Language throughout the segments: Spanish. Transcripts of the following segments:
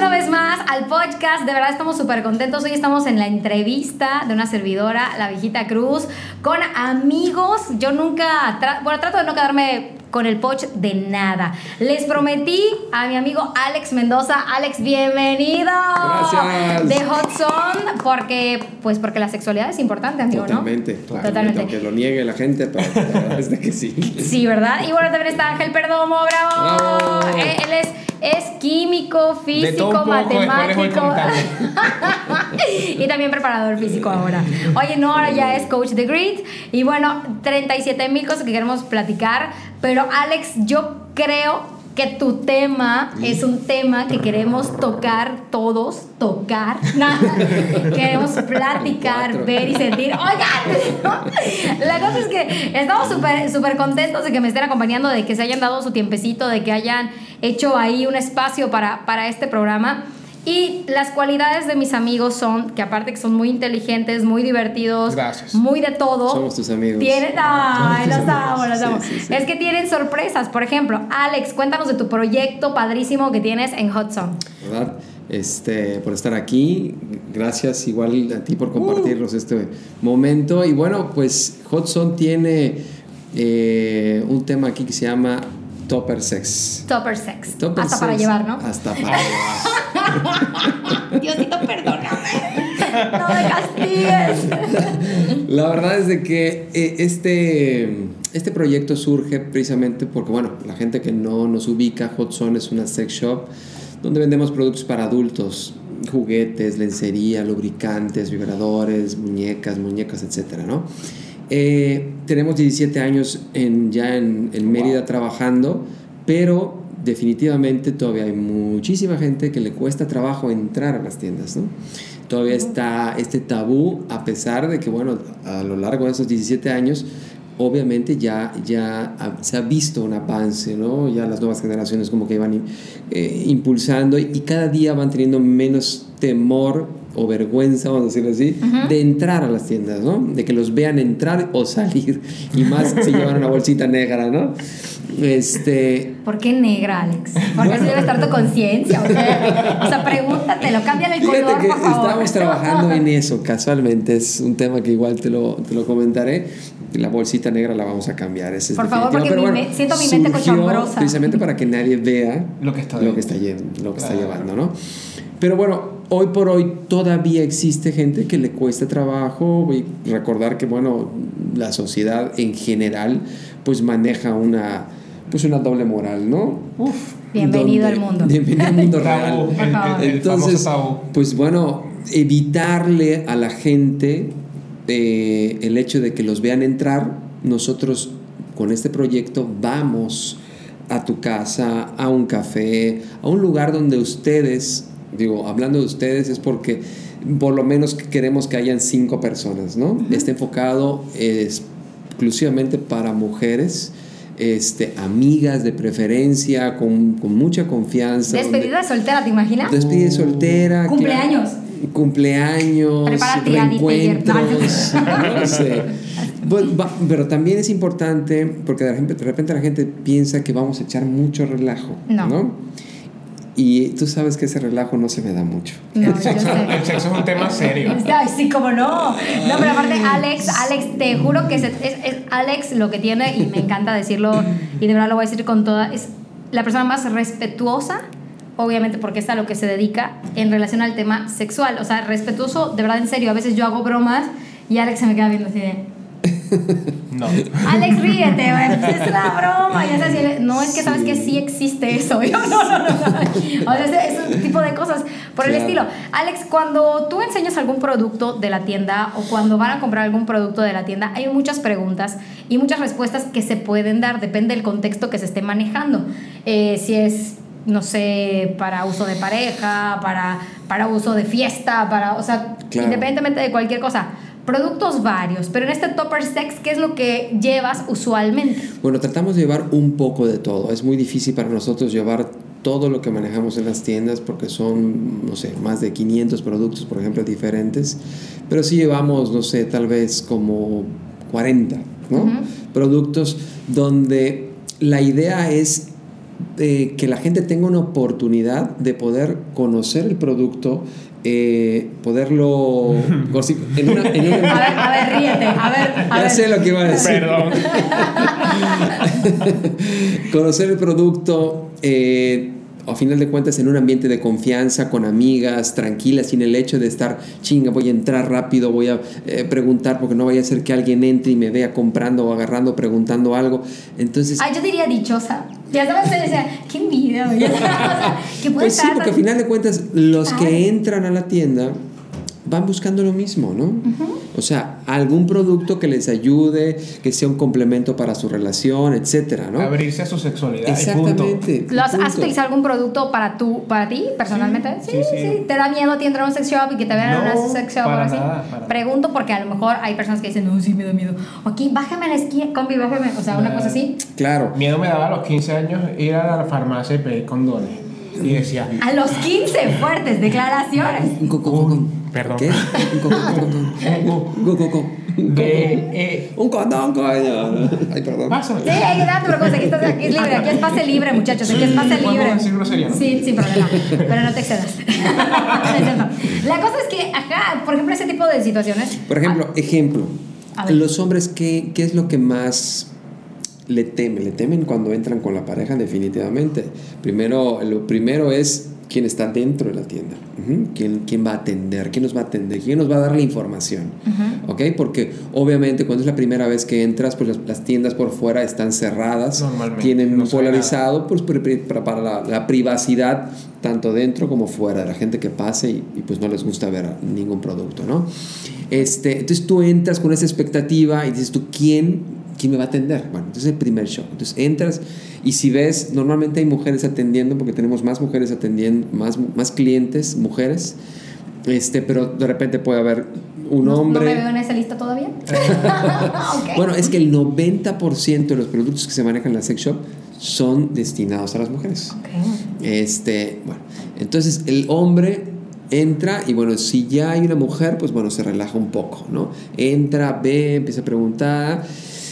una vez más al podcast. De verdad estamos súper contentos. Hoy estamos en la entrevista de una servidora, la Viejita Cruz, con amigos. Yo nunca, trato de no quedarme con el poch de nada. Les prometí a mi amigo Alex Mendoza. Alex, bienvenido. Gracias. De Hot Zone, porque la sexualidad es importante, amigo, Totalmente, ¿no? claro. Totalmente. Aunque lo niegue la gente, pero la verdad es de que sí. Sí, ¿verdad? Y bueno, también está Ángel Perdomo, ¡bravo! ¡Bravo! Él es químico, De todo físico, un poco, después les voy matemático contando. y también preparador físico ahora. Oye, no, ahora ya es coach de Grit. Y bueno, 37,000 cosas que queremos platicar. Pero Alex, yo creo que tu tema es un tema que queremos tocar todos, queremos platicar, ver y sentir. Oigan, la cosa es que estamos súper contentos de que me estén acompañando, de que se hayan dado su tiempecito, de que hayan hecho ahí un espacio para este programa. Y las cualidades de mis amigos son que, aparte que son muy inteligentes, muy divertidos, Gracias. muy de todo. Somos tus amigos. Los amo. Sí. Es que tienen sorpresas. Por ejemplo, Alex, cuéntanos de tu proyecto padrísimo que tienes en Hot Zone. ¿Verdad? Por estar aquí. Gracias igual a ti por compartirnos este momento. Y bueno, pues Hot Zone tiene un tema aquí que se llama Topper Sex. Topper Sex. Topper Hasta Sex, para llevar, ¿no? Hasta para llevar. Diosito, perdóname. No me castigues. La verdad es de que este proyecto surge precisamente porque, bueno, la gente que no nos ubica, Hot Zone es una sex shop donde vendemos productos para adultos, juguetes, lencería, lubricantes, vibradores, muñecas, etcétera, ¿no? Tenemos 17 años ya en Mérida trabajando, pero definitivamente todavía hay muchísima gente que le cuesta trabajo entrar a las tiendas, ¿no? Todavía está este tabú, a pesar de que, bueno, a lo largo de esos 17 años, obviamente ya se ha visto un avance, ¿no? Ya las nuevas generaciones como que van impulsando y cada día van teniendo menos temor o vergüenza, vamos a decirlo así, de entrar a las tiendas, ¿no? De que los vean entrar o salir, y más se llevan una bolsita negra, ¿no? ¿Por qué negra, Alex? Porque así debe estar tu conciencia, ¿ok? O sea, pregúntatelo, cámbiale el color, Fíjate que por favor. estamos trabajando en eso, casualmente, es un tema que igual te lo comentaré. La bolsita negra la vamos a cambiar, ese es por favor, porque pero siento mi mente cochambrosa. Precisamente para que nadie vea lo que está llevando, ¿no? Pero bueno, hoy por hoy todavía existe gente que le cuesta trabajo, y recordar que, bueno, la sociedad en general pues maneja una doble moral, ¿no? Bienvenido al mundo. Bienvenido al mundo real. Entonces, pues bueno, evitarle a la gente el hecho de que los vean entrar. Nosotros con este proyecto vamos a tu casa, a un café, a un lugar donde ustedes, hablando de ustedes es porque por lo menos queremos que hayan 5 personas, ¿no? Está enfocado exclusivamente para mujeres, amigas de preferencia, con mucha confianza. Despedida de soltera, ¿te imaginas? Despedida de soltera. Cumpleaños, reencuentros, no sé. Pero también es importante porque de repente la gente piensa que vamos a echar mucho relajo, ¿no? Y tú sabes que ese relajo no se me da mucho. No, el sexo es un tema serio. Ay, sí, cómo no. No, pero aparte, Alex, te juro que es Alex lo que tiene, y me encanta decirlo, y de verdad lo voy a decir con toda, es la persona más respetuosa, obviamente porque es a lo que se dedica en relación al tema sexual. O sea, respetuoso, de verdad, en serio. A veces yo hago bromas y Alex se me queda viendo así de... No. Alex, ríete, pues es una broma. Ya sabes, no, es que sabes que sí existe eso. Yo, no. O sea, ese tipo de cosas por el estilo. Alex, cuando tú enseñas algún producto de la tienda o cuando van a comprar algún producto de la tienda, hay muchas preguntas y muchas respuestas que se pueden dar. Depende del contexto que se esté manejando. Si es, no sé, para uso de pareja, para uso de fiesta, o sea, independientemente de cualquier cosa. Productos varios, pero en este Topper Sex, ¿qué es lo que llevas usualmente? Bueno, tratamos de llevar un poco de todo. Es muy difícil para nosotros llevar todo lo que manejamos en las tiendas porque son, no sé, más de 500 productos, por ejemplo, diferentes. Pero sí llevamos, no sé, tal vez como 40, ¿no? Productos donde la idea es que la gente tenga una oportunidad de poder conocer el producto, poderlo... A ver, ríete. Ya sé lo que iba a decir. Perdón. Conocer el producto, a final de cuentas, en un ambiente de confianza, con amigas, tranquilas, sin el hecho de estar, chinga, voy a entrar rápido, voy a preguntar, porque no vaya a ser que alguien entre y me vea comprando o agarrando, preguntando algo. Entonces... Yo diría dichosa. Ya sabes, o sea, qué envidia. O sea, que puede pues sí, porque a final de cuentas, los que entran a la tienda van buscando lo mismo, ¿no? Uh-huh. O sea, algún producto que les ayude, que sea un complemento para su relación, etcétera, ¿no? Abrirse a su sexualidad. Exactamente. ¿Has utilizado algún producto para ti, personalmente? Sí. ¿Te da miedo a ti entrar a un sex shop y que te vean en una sex shop o así? Nada. Pregunto porque a lo mejor hay personas que dicen, no, sí me da miedo. O aquí, bájame la esquina, combi, bájame. O sea, una cosa así. Claro. Miedo me daba a los 15 años ir a la farmacia y pedir condones. Y decía... A los 15, fuertes declaraciones. Perdón. ¿Qué? Un condón, coño. Ay, perdón. Pásame. Sí, hay que dar otra cosa. Aquí es libre. Aquí es pase libre, muchachos. Aquí es pase libre. ¿Podemos decir grosería, no? Sí, sin problema. Pero no te excedas. La cosa es que, por ejemplo, ese tipo de situaciones. Por ejemplo, los hombres, ¿qué es lo que más le temen? Le temen cuando entran con la pareja, definitivamente. Lo primero es quién está dentro de la tienda. Uh-huh. ¿Quién va a atender? ¿Quién nos va a atender? ¿Quién nos va a dar la información? Uh-huh. ¿Ok? Porque obviamente cuando es la primera vez que entras, pues las tiendas por fuera están cerradas, tienen no polarizado pues, para la privacidad tanto dentro como fuera de la gente que pase y pues no les gusta ver ningún producto, ¿no? Entonces tú entras con esa expectativa y dices tú, ¿quién me va a atender? Bueno, entonces el primer show. Entonces entras y si ves, normalmente hay mujeres atendiendo porque tenemos más mujeres atendiendo, más clientes, mujeres, pero de repente puede haber un hombre. ¿No me veo en esa lista todavía? Okay. Bueno, es que el 90% de los productos que se manejan en la sex shop son destinados a las mujeres. Okay. Bueno, entonces el hombre entra y bueno, si ya hay una mujer, pues bueno, se relaja un poco, ¿no? Entra, ve, empieza a preguntar.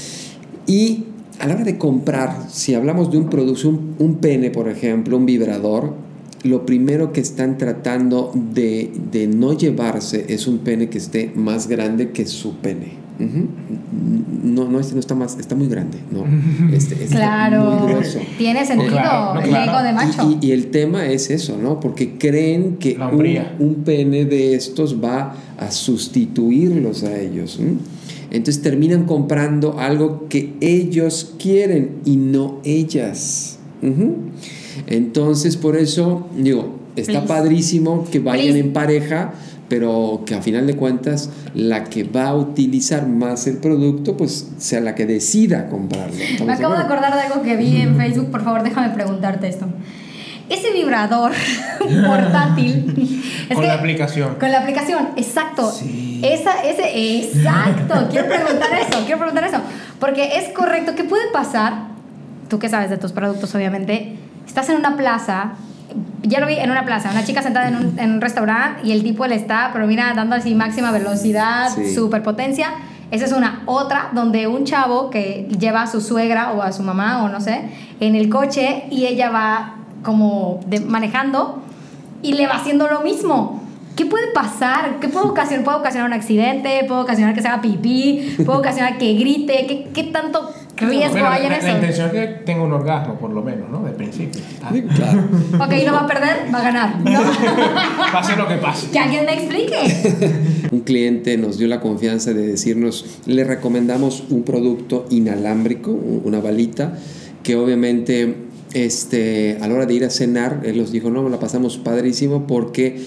Y a la hora de comprar, si hablamos de un producto, un pene, por ejemplo, un vibrador, lo primero que están tratando de no llevarse es un pene que esté más grande que su pene. Uh-huh. No está más, está muy grande, ¿no? Claro, muy grueso. Tiene sentido, el ego de macho. Y el tema es eso, ¿no? Porque creen que un pene de estos va a sustituirlos a ellos. Entonces terminan comprando algo que ellos quieren y no ellas. Uh-huh. Entonces por eso digo, está padrísimo que vayan en pareja, pero que a final de cuentas la que va a utilizar más el producto pues sea la que decida comprarlo. Me acabo de acordar de algo que vi en Facebook. Por favor, déjame preguntarte esto. Ese vibrador portátil con la aplicación. Con la aplicación, exacto. Sí. Exacto. Quiero preguntar eso. Porque es correcto. ¿Qué puede pasar? Tú que sabes de tus productos, obviamente. Estás en una plaza. Ya lo vi en una plaza. Una chica sentada en un restaurante y el tipo le está, pero mira, dando así máxima velocidad, superpotencia. Esa es una. Otra, donde un chavo que lleva a su suegra o a su mamá o no sé, en el coche y ella va manejando y le va haciendo lo mismo. ¿Qué puede pasar? ¿Qué puede ocasionar? ¿Puede ocasionar un accidente? ¿Puede ocasionar que se haga pipí? ¿Puede ocasionar que grite? ¿Qué tanto riesgo hay en eso? La intención es que tenga un orgasmo, por lo menos, ¿no? De principio. Claro. Ok, no va a perder, va a ganar, ¿no? Pase lo que pase. Que alguien me explique. Un cliente nos dio la confianza de decirnos, le recomendamos un producto inalámbrico, una balita, que obviamente a la hora de ir a cenar, él nos dijo, no, la pasamos padrísimo porque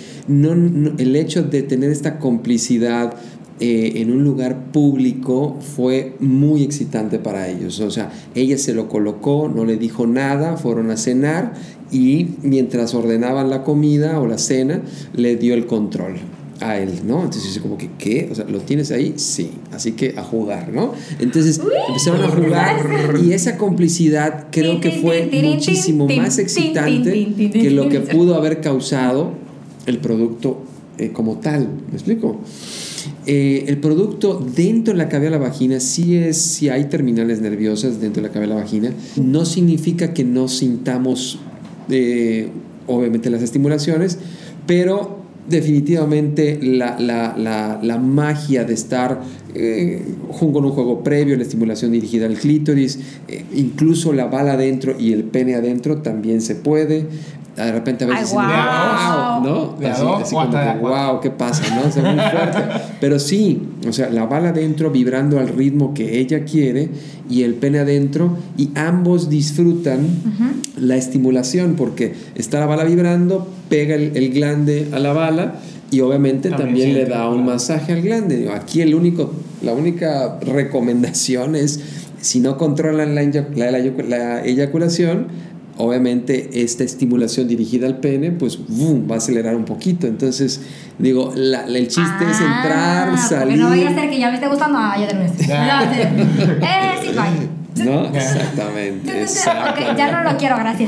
el hecho de tener esta complicidad en un lugar público fue muy excitante para ellos. O sea, ella se lo colocó, no le dijo nada, fueron a cenar y mientras ordenaban la comida o la cena, le dio el control a él, ¿no? Entonces dice como que, ¿qué? O sea, ¿lo tienes ahí? Sí, así que a jugar, ¿no? Entonces empezaron a jugar y esa complicidad creo que fue muchísimo más excitante que lo que pudo haber causado el producto como tal, ¿me explico? El producto dentro de la cavidad de la vagina sí hay terminales nerviosas dentro de la cavidad de la vagina. No significa que no sintamos obviamente las estimulaciones, pero definitivamente la magia de estar con un juego previo, la estimulación dirigida al clítoris, incluso la bala adentro y el pene adentro también se puede. De repente a veces ¡ay, wow! ¿no? De a dos así o como hasta que, de a wow, ¿qué pasa? ¿No? O sea, muy fuerte. Pero sí, o sea, la bala adentro vibrando al ritmo que ella quiere y el pene adentro, y ambos disfrutan la estimulación, porque está la bala vibrando, pega el glande a la bala y obviamente también le da un masaje al glande. Aquí la única recomendación es, si no controlan la eyaculación, obviamente esta estimulación dirigida al pene pues boom, va a acelerar un poquito. Entonces digo, el chiste es entrar, salir. No vaya a ser que ya me esté gustando. Ya terminé. Sí, bye. ¿No? Exactamente. Ok, ya no lo quiero, gracias.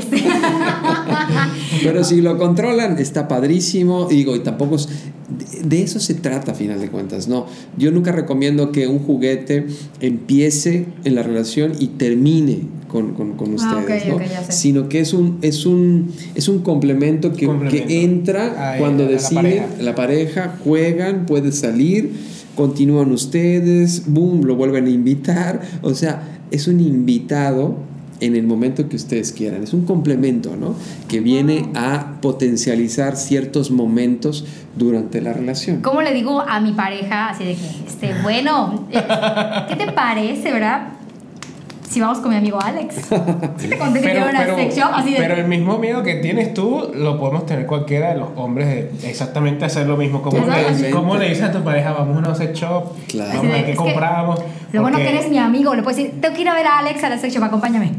Pero si lo controlan, está padrísimo. Y tampoco de eso se trata a final de cuentas, ¿no? Yo nunca recomiendo que un juguete empiece en la relación y termine con ustedes, ¿no? Okay, ya sé. Sino que es un complemento que entra cuando deciden la pareja, juegan, puede salir, continúan ustedes, boom, lo vuelven a invitar. O sea, es un invitado en el momento que ustedes quieran. Es un complemento, ¿no? Que viene a potencializar ciertos momentos durante la relación. ¿Cómo le digo a mi pareja? Así de que, bueno, ¿qué te parece, verdad? Si vamos con mi amigo Alex. ¿Sí te conté que tiene una sex shop? Así de... Pero el mismo miedo que tienes tú lo podemos tener cualquiera de los hombres, de exactamente hacer lo mismo. ¿Cómo le dices a tu pareja, vamos a una sex shop? Claro. Vamos a ver qué compramos. Lo bueno que eres mi amigo, le puedes decir, tengo que ir a ver a Alex a la sex shop, acompáñame.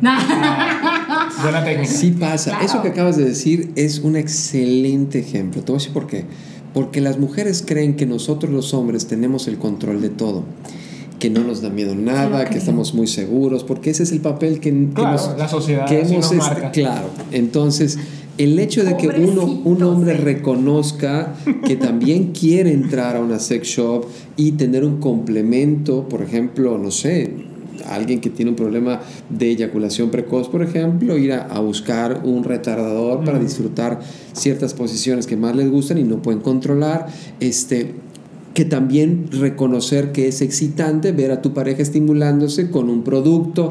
Buena técnica. Sí pasa. Claro. Eso que acabas de decir es un excelente ejemplo. Te voy a decir por qué. Porque las mujeres creen que nosotros los hombres tenemos el control de todo, que no nos da miedo nada, que estamos muy seguros, porque ese es el papel la sociedad que hemos marca. Claro. Entonces, el hecho de que un hombre reconozca que también quiere entrar a una sex shop y tener un complemento, por ejemplo, no sé, alguien que tiene un problema de eyaculación precoz, por ejemplo, ir a buscar un retardador para disfrutar ciertas posiciones que más les gustan y no pueden controlar, que también reconocer que es excitante ver a tu pareja estimulándose con un producto.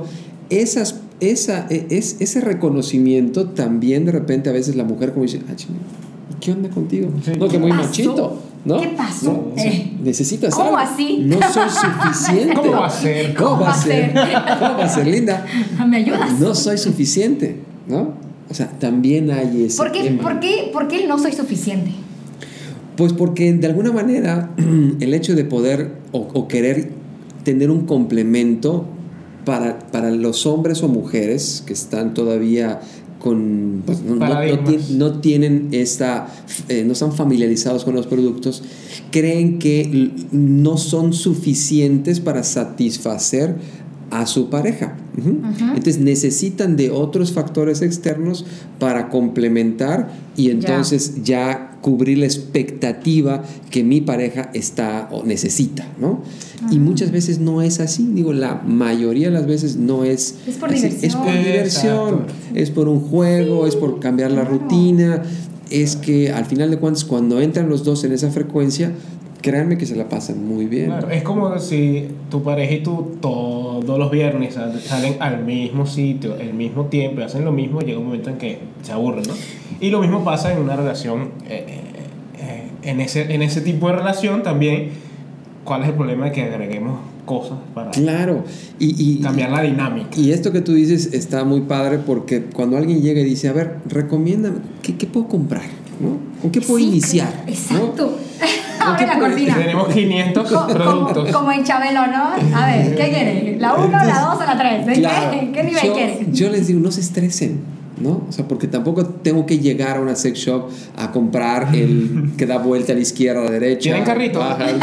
Ese reconocimiento también, de repente, a veces la mujer como dice, ¿qué onda contigo? Sí. No, que muy machito, ¿no? ¿Qué pasó? ¿No? O sea, necesitas ¿Cómo algo. así? No soy suficiente. ¿Cómo va a ser? ¿Cómo va a ser? ¿Cómo va a ser, linda? ¿Me ayudas? No soy suficiente, ¿no? O sea, también hay ese ¿Por qué el no soy suficiente? Pues porque de alguna manera el hecho de poder o querer tener un complemento para los hombres o mujeres que están todavía con pues, no tienen no están familiarizados con los productos, creen que no son suficientes para satisfacer a su pareja. Entonces necesitan de otros factores externos para complementar y entonces ya cubrir la expectativa que mi pareja está o necesita, ¿no? Y muchas veces no es así. Digo, la mayoría de las veces no es por así. diversión. Es por diversión, es por un juego, es por cambiar la rutina. Es que al final de cuentas, cuando entran los dos en esa frecuencia, créanme que se la pasan muy bien. Claro, es como si tu pareja y tú todos los viernes salen al mismo sitio, al mismo tiempo y hacen lo mismo, llega un momento en que se aburren, ¿no? Y lo mismo pasa en una relación, en ese tipo de relación también. ¿Cuál es el problema de que agreguemos cosas para cambiar la dinámica? Y esto que tú dices está muy padre, porque cuando alguien llega y dice, a ver, recomiéndame, ¿qué puedo comprar? ¿No? ¿Con qué puedo iniciar? Exacto. ¿No? Abre la cortina. Tenemos 500 productos. Como en Chabelo, ¿no? A ver, ¿qué quieren? ¿La 1, la 2 o la 3? Claro, ¿Qué nivel quieren? Yo les digo, no se estresen, ¿no? O sea, porque tampoco tengo que llegar a una sex shop a comprar el que da vuelta a la izquierda, a la derecha. ¿Tienen carrito?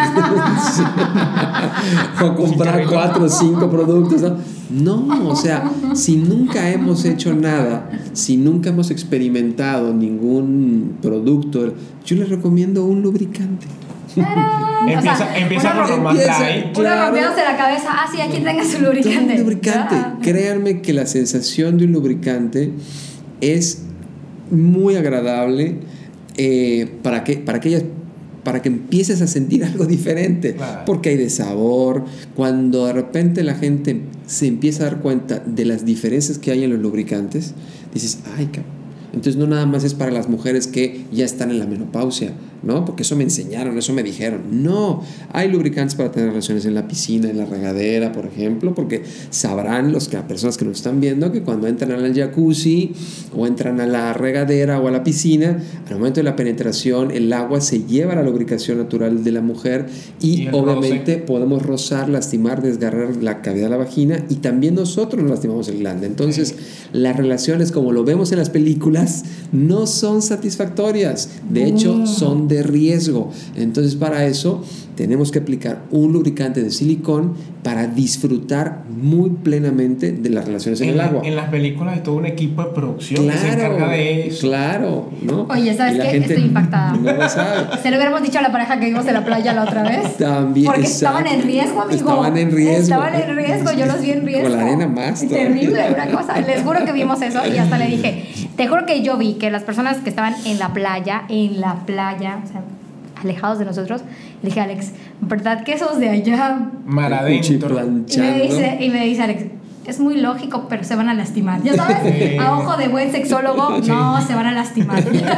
O comprar 4 o 5 productos, ¿no? No, o sea, si nunca hemos hecho nada, si nunca hemos experimentado ningún producto, yo les recomiendo un lubricante. Empieza con lo más light. Uno rompiéndose la cabeza, sí, aquí tenga su lubricante. Créanme que la sensación de un lubricante es muy agradable para que empieces a sentir algo diferente, porque hay de sabor. Cuando de repente la gente se empieza a dar cuenta de las diferencias que hay en los lubricantes, dices, ay, cabrón. Entonces no nada más es para las mujeres que ya están en la menopausia, ¿no? Porque eso me enseñaron, eso me dijeron. No, hay lubricantes para tener relaciones en la piscina, en la regadera, por ejemplo, porque sabrán las personas que nos están viendo que cuando entran al jacuzzi o entran a la regadera o a la piscina, al momento de la penetración el agua se lleva a la lubricación natural de la mujer y obviamente podemos rozar, lastimar, desgarrar la cavidad de la vagina, y también nosotros nos lastimamos el glande. Entonces las relaciones, como lo vemos en las películas, no son satisfactorias, de hecho son de riesgo. Entonces para eso tenemos que aplicar un lubricante de silicón para disfrutar muy plenamente de las relaciones en el agua. En las películas hay todo un equipo de producción que se encarga de eso. Claro, ¿no? Oye, ¿sabes qué? Estoy impactada. No lo sabe. Se lo hubiéramos dicho a la pareja que vimos en la playa la otra vez. También, porque estaban en riesgo, amigo. Estaban en riesgo, yo los vi en riesgo. Con la arena más. Terrible, una cosa. Les juro que vimos eso y hasta le dije, te juro que yo vi que las personas que estaban en la playa, o sea, alejados de nosotros, le dije a Alex, ¿verdad que esos de allá? Mar adentro. Y me dice Alex, es muy lógico, pero se van a lastimar. Ya sabes, a ojo de buen sexólogo, no, se van a lastimar.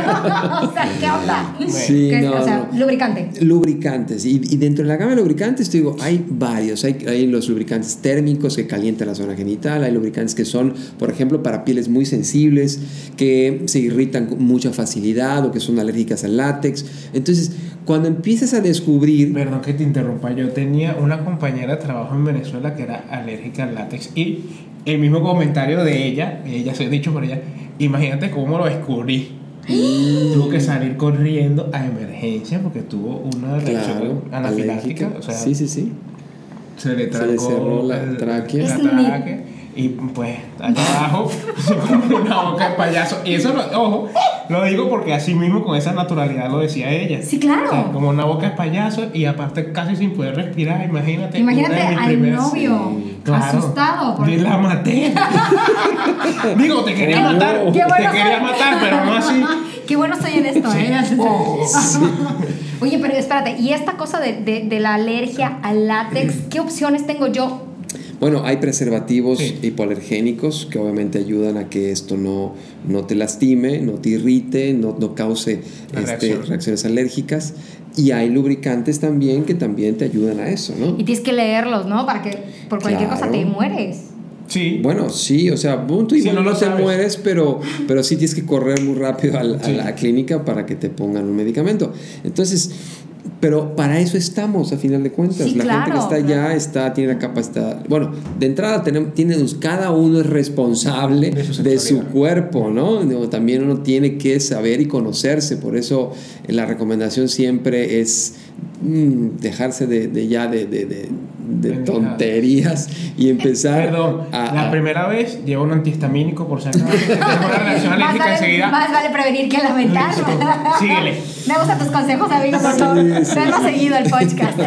O sea, ¿qué onda? Sí, lubricante. Lubricantes. Y dentro de la gama de lubricantes, te digo, hay varios. Hay los lubricantes térmicos que calientan la zona genital. Hay lubricantes que son, por ejemplo, para pieles muy sensibles, que se irritan con mucha facilidad o que son alérgicas al látex. Entonces, cuando empiezas a descubrir... Perdón que te interrumpa, yo tenía una compañera de trabajo en Venezuela que era alérgica al látex, y el mismo comentario de ella se ha dicho por ella, imagínate cómo lo descubrí. Tuvo que salir corriendo a emergencia porque tuvo una reacción anafiláctica. O sea, sí. Se le cerró la tráquea. Y pues allá abajo como una boca de payaso. Y eso, ojo, lo digo porque así mismo con esa naturalidad lo decía ella. Sí, claro. O sea, como una boca de payaso y aparte casi sin poder respirar. Imagínate al novio asustado. Porque... La maté. Digo, te quería matar. Pero no así. Qué bueno estoy en esto, Oye, pero espérate, ¿y esta cosa de la alergia al látex, qué opciones tengo yo? Bueno, hay preservativos hipoalergénicos que obviamente ayudan a que esto no te lastime, no te irrite, no cause reacciones alérgicas. Y hay lubricantes también que también te ayudan a eso, ¿no? Y tienes que leerlos, ¿no? Para que por cualquier cosa te mueres. Sí. Bueno, sí, o sea, tú igual no te mueres, pero sí tienes que correr muy rápido a la clínica para que te pongan un medicamento. Entonces... Pero para eso estamos, a final de cuentas. La gente que está allá tiene la capacidad. Bueno, de entrada cada uno es responsable de su cuerpo, ¿no? También uno tiene que saber y conocerse. Por eso la recomendación siempre es dejarse de tonterías y empezar. Perdón, la primera vez lleva un antihistamínico por si acaso. Una reacción alérgica enseguida. Más vale prevenir que lamentar. Síguele. Me gustan tus consejos, amigo, por favor. Hemos seguido el podcast.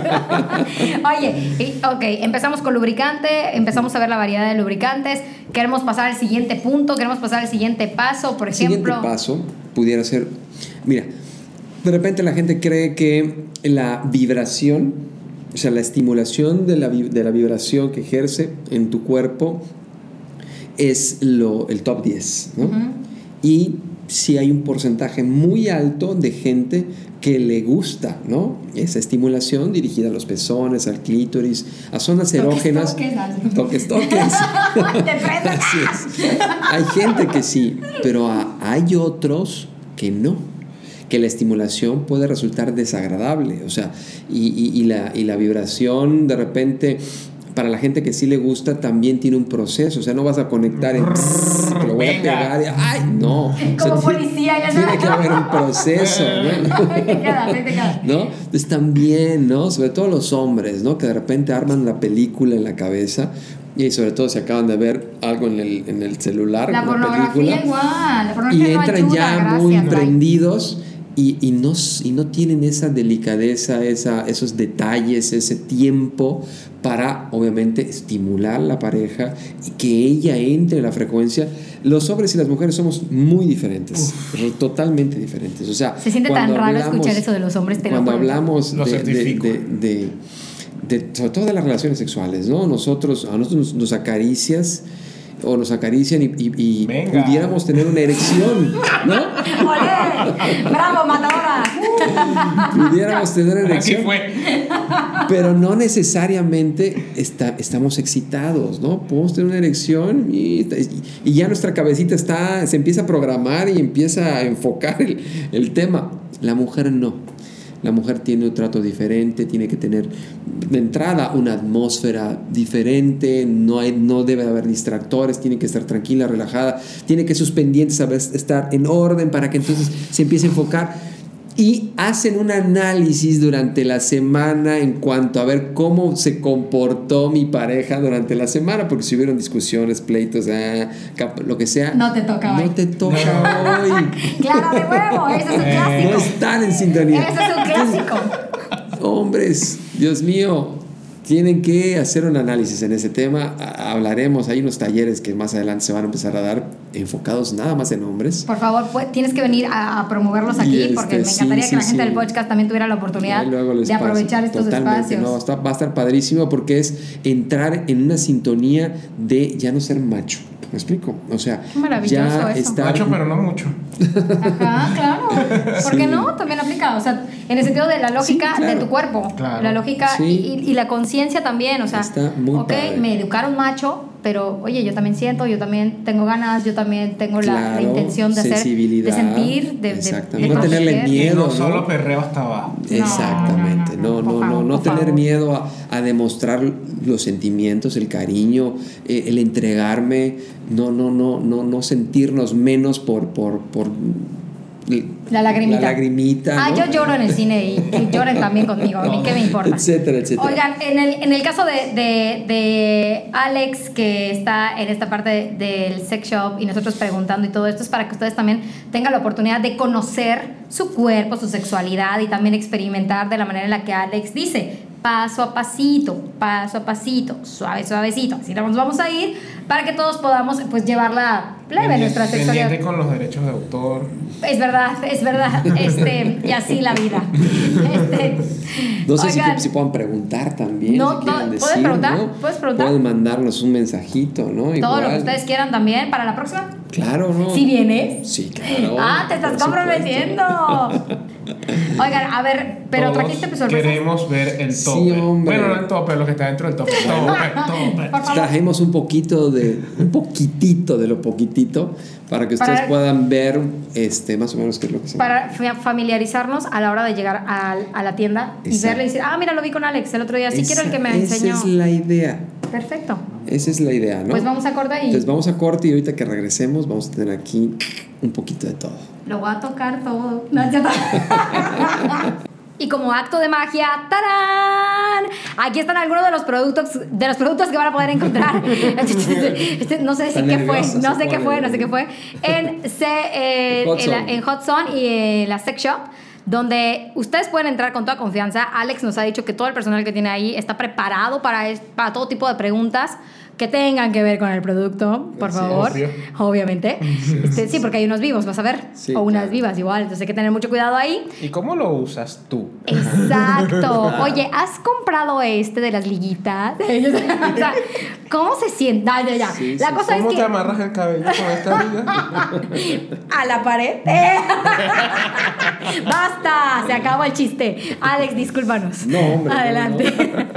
Oye, empezamos con lubricante, empezamos a ver la variedad de lubricantes. Queremos pasar al siguiente punto, queremos pasar al siguiente paso, por ejemplo. El siguiente paso pudiera ser, mira, de repente la gente cree que la vibración, o sea, la estimulación de la vibración que ejerce en tu cuerpo es el top 10, ¿no? Y sí hay un porcentaje muy alto de gente que le gusta, ¿no? Esa estimulación dirigida a los pezones, al clítoris, a zonas erógenas. Toques. Te prendas. Así es. Hay gente que sí, pero hay otros que no, que la estimulación puede resultar desagradable, o sea, y la vibración de repente... Para la gente que sí le gusta, también tiene un proceso. O sea, no vas a conectar en te lo voy a pegar. ¡Ay, no! Como o sea, policía, ya tiene que haber un proceso, ¿no? ¿No? Entonces también, ¿no? Sobre todo los hombres, ¿no? Que de repente arman la película en la cabeza. Y sobre todo se acaban de ver algo en el celular. La pornografía igual. La pornografía y entran no ayuda, ya muy prendidos. y no tienen esa delicadeza, esos detalles, ese tiempo para, obviamente, estimular a la pareja y que ella entre en la frecuencia. Los hombres y las mujeres somos muy diferentes, totalmente diferentes. O sea, se siente tan raro escuchar eso de los hombres. Cuando hablamos de sobre todo de las relaciones sexuales, ¿no? A nosotros nos acarician y pudiéramos tener una erección, ¿no? ¡Olé! ¡Bravo, matadora! Pudiéramos tener una erección. Así fue. Pero no necesariamente estamos excitados, ¿no? Podemos tener una erección y ya nuestra cabecita se empieza a programar y empieza a enfocar el tema. La mujer no. La mujer tiene un trato diferente, tiene que tener de entrada una atmósfera diferente, no debe haber distractores, tiene que estar tranquila, relajada, tiene que sus pendientes estar en orden para que entonces se empiece a enfocar. Y hacen un análisis durante la semana en cuanto a ver cómo se comportó mi pareja durante la semana, porque si hubieron discusiones, pleitos, lo que sea. No te toca hoy. No te toca hoy. Claro, de huevo, eso es un clásico. No están en sintonía. Eso es un clásico. Hombres, Dios mío, tienen que hacer un análisis en ese tema. Hablaremos, hay unos talleres que más adelante se van a empezar a dar enfocados nada más en hombres. Por favor, tienes que venir a promoverlos aquí, porque me encantaría que la gente del podcast también tuviera la oportunidad de aprovechar estos espacios. No, va a estar padrísimo porque es entrar en una sintonía de ya no ser macho. ¿Me explico? O sea, ya está macho, pero no mucho. Ajá, claro. ¿Por qué no? También aplica. O sea, en el sentido de la lógica de tu cuerpo. Claro. La lógica y la conciencia también. O sea, está muy padre. Me educaron macho, pero oye, yo también siento, yo también tengo ganas, yo también tengo la intención de hacer, de sentir, de no tenerle miedo. No solo perreo hasta abajo. Exactamente. No tener miedo a demostrar los sentimientos, el cariño, el entregarme, no sentirnos menos por la lagrimita. ¿no? Yo lloro en el cine y lloren también conmigo, a mí qué me importa. Etcétera. Oigan, en el caso de Alex, que está en esta parte del sex shop y nosotros preguntando y todo esto, es para que ustedes también tengan la oportunidad de conocer su cuerpo, su sexualidad y también experimentar de la manera en la que Alex dice, paso a pasito, suavecito. Así nos vamos a ir para que todos podamos pues llevar la plebe nuestra sexualidad. Pendiente con los derechos de autor. Es verdad. Y así la vida. No sé si puedan preguntar también. No, ¿puedes preguntar? ¿no? ¿Puedes preguntar? Pueden mandarnos un mensajito, ¿no? Todo lo que ustedes quieran también para la próxima. Claro, ¿no? ¿Sí vienes? Sí, claro. Te estás comprometiendo. Oigan, a ver, pero todos trajiste sorpresas. Queremos ver el tope. Sí, hombre. Bueno, no el tope, lo que está dentro del tope. Tope. Trajimos un poquitito de lo poquitito para que ustedes puedan ver más o menos qué es lo que se para familiarizarnos a la hora de llegar a la tienda. Exacto. Y verle y decir, mira, lo vi con Alex el otro día, quiero el que me enseñó. Esa es la idea. Perfecto. Esa es la idea, ¿no? Pues vamos a corte Entonces vamos a corte y ahorita que regresemos vamos a tener aquí un poquito de todo. Lo voy a tocar todo. No, ya está. Y como acto de magia, ¡tarán! Aquí están algunos de los productos que van a poder encontrar. No sé qué fue. En Hot Zone y en la Sex Shop, donde ustedes pueden entrar con toda confianza. Alex nos ha dicho que todo el personal que tiene ahí está preparado para todo tipo de preguntas que tengan que ver con el producto, por favor. Obviamente. Sí, porque hay unos vivos, vas a ver. Sí, o unas vivas igual. Entonces hay que tener mucho cuidado ahí. ¿Y cómo lo usas tú? Exacto. Oye, ¿has comprado de las liguitas? O sea, ¿cómo se sienta? Ya. Sí, la cosa ¿Cómo es que... te amarras el cabello con esta liga? A la pared. ¡Basta! Se acabó el chiste. Alex, discúlpanos. No, hombre. Adelante.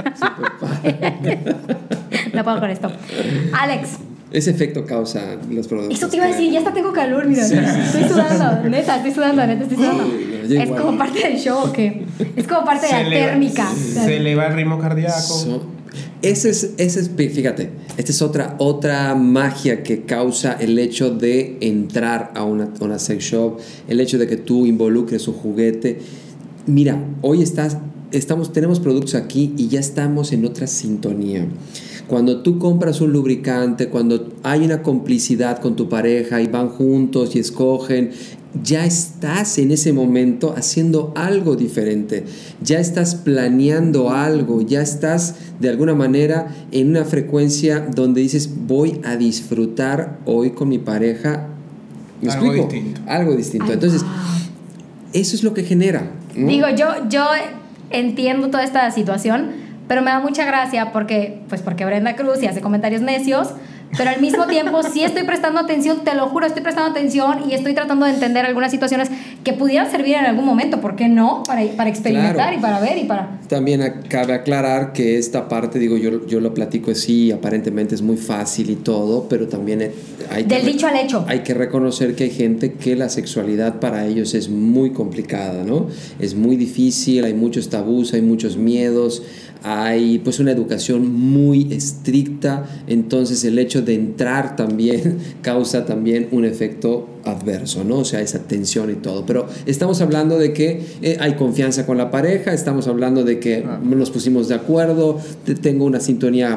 No puedo con esto. Alex. Ese efecto causa los productos. Eso te iba a decir, ya hasta tengo calor, mira. Sí. Estoy sudando, neta, estoy sudando. Es como parte del show, ¿o qué? Es como parte de la térmica. Se eleva el ritmo cardíaco. Ese es, fíjate, esta es otra magia que causa el hecho de entrar a una sex shop, el hecho de que tú involucres un juguete. Mira, hoy estás tenemos productos aquí y ya estamos en otra sintonía. Cuando tú compras un lubricante, cuando hay una complicidad con tu pareja y van juntos y escogen, ya estás en ese momento haciendo algo diferente, ya estás planeando algo, ya estás de alguna manera en una frecuencia donde dices, voy a disfrutar hoy con mi pareja. ¿Me explico? Algo distinto. Ay, entonces, wow. eso es lo que genera, ¿no? Digo, yo entiendo toda esta situación, pero me da mucha gracia porque Brenda Cruz y hace comentarios necios, pero al mismo tiempo sí estoy prestando atención, te lo juro, estoy prestando atención y estoy tratando de entender algunas situaciones que pudieran servir en algún momento, ¿por qué no? Para experimentar, claro. Y para ver y para... También cabe aclarar que esta parte, digo, yo lo platico así, aparentemente es muy fácil y todo, pero también hay del dicho al hecho. Hay que reconocer que hay gente que la sexualidad para ellos es muy complicada, ¿no? Es muy difícil, hay muchos tabús, hay muchos miedos, hay pues una educación muy estricta, entonces el hecho de entrar también causa también un efecto adverso, ¿no? O sea, esa tensión y todo, pero estamos hablando de que hay confianza con la pareja, estamos hablando de que nos pusimos de acuerdo, tengo una sintonía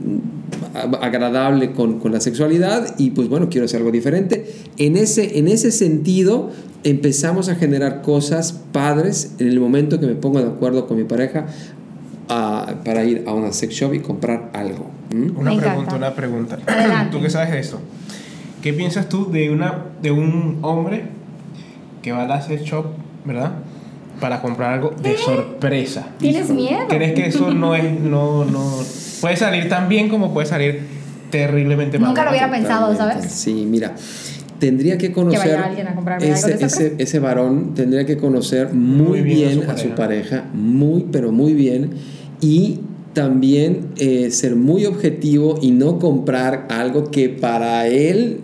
agradable con la sexualidad y pues bueno, quiero hacer algo diferente. En ese sentido empezamos a generar cosas padres en el momento que me pongo de acuerdo con mi pareja para ir a una sex shop y comprar algo. Una pregunta. ¿Tú qué sabes de esto? ¿Qué piensas tú de un hombre que va a la sex shop, ¿verdad? Para comprar algo de sorpresa? ¿Tienes miedo? ¿Crees que eso no puede salir tan bien como puede salir terriblemente mal? Nunca lo hubiera pensado, ¿sabes? Sí, mira, tendría que conocer que vaya alguien a comprarme algo de sorpresa. Ese varón tendría que conocer muy bien a su pareja, pero muy bien, y también ser muy objetivo y no comprar algo que para él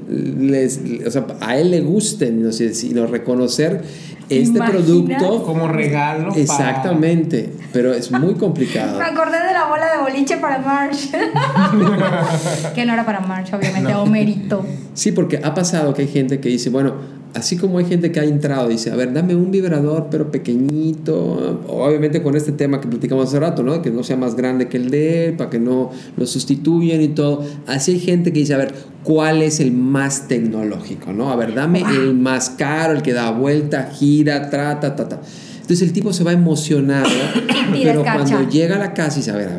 a él le guste, no sé, sino reconocer este producto como regalo. Exactamente, pero es muy complicado. Me acordé de la bola de boliche para Marge. Que no era para Marge, obviamente, no. Homerito. Sí, porque ha pasado que hay gente que dice, bueno, así como hay gente que ha entrado, dice, a ver, dame un vibrador, pero pequeñito, obviamente con este tema que platicamos hace rato, ¿no? Que no sea más grande que el de él, para que no lo sustituyan y todo. Así hay gente que dice, a ver, ¿cuál es el más tecnológico, no? A ver, dame el más caro, el que da vuelta, gira, Entonces el tipo se va a emocionar, ¿no? Pero cuando llega a la casa y dice, a ver,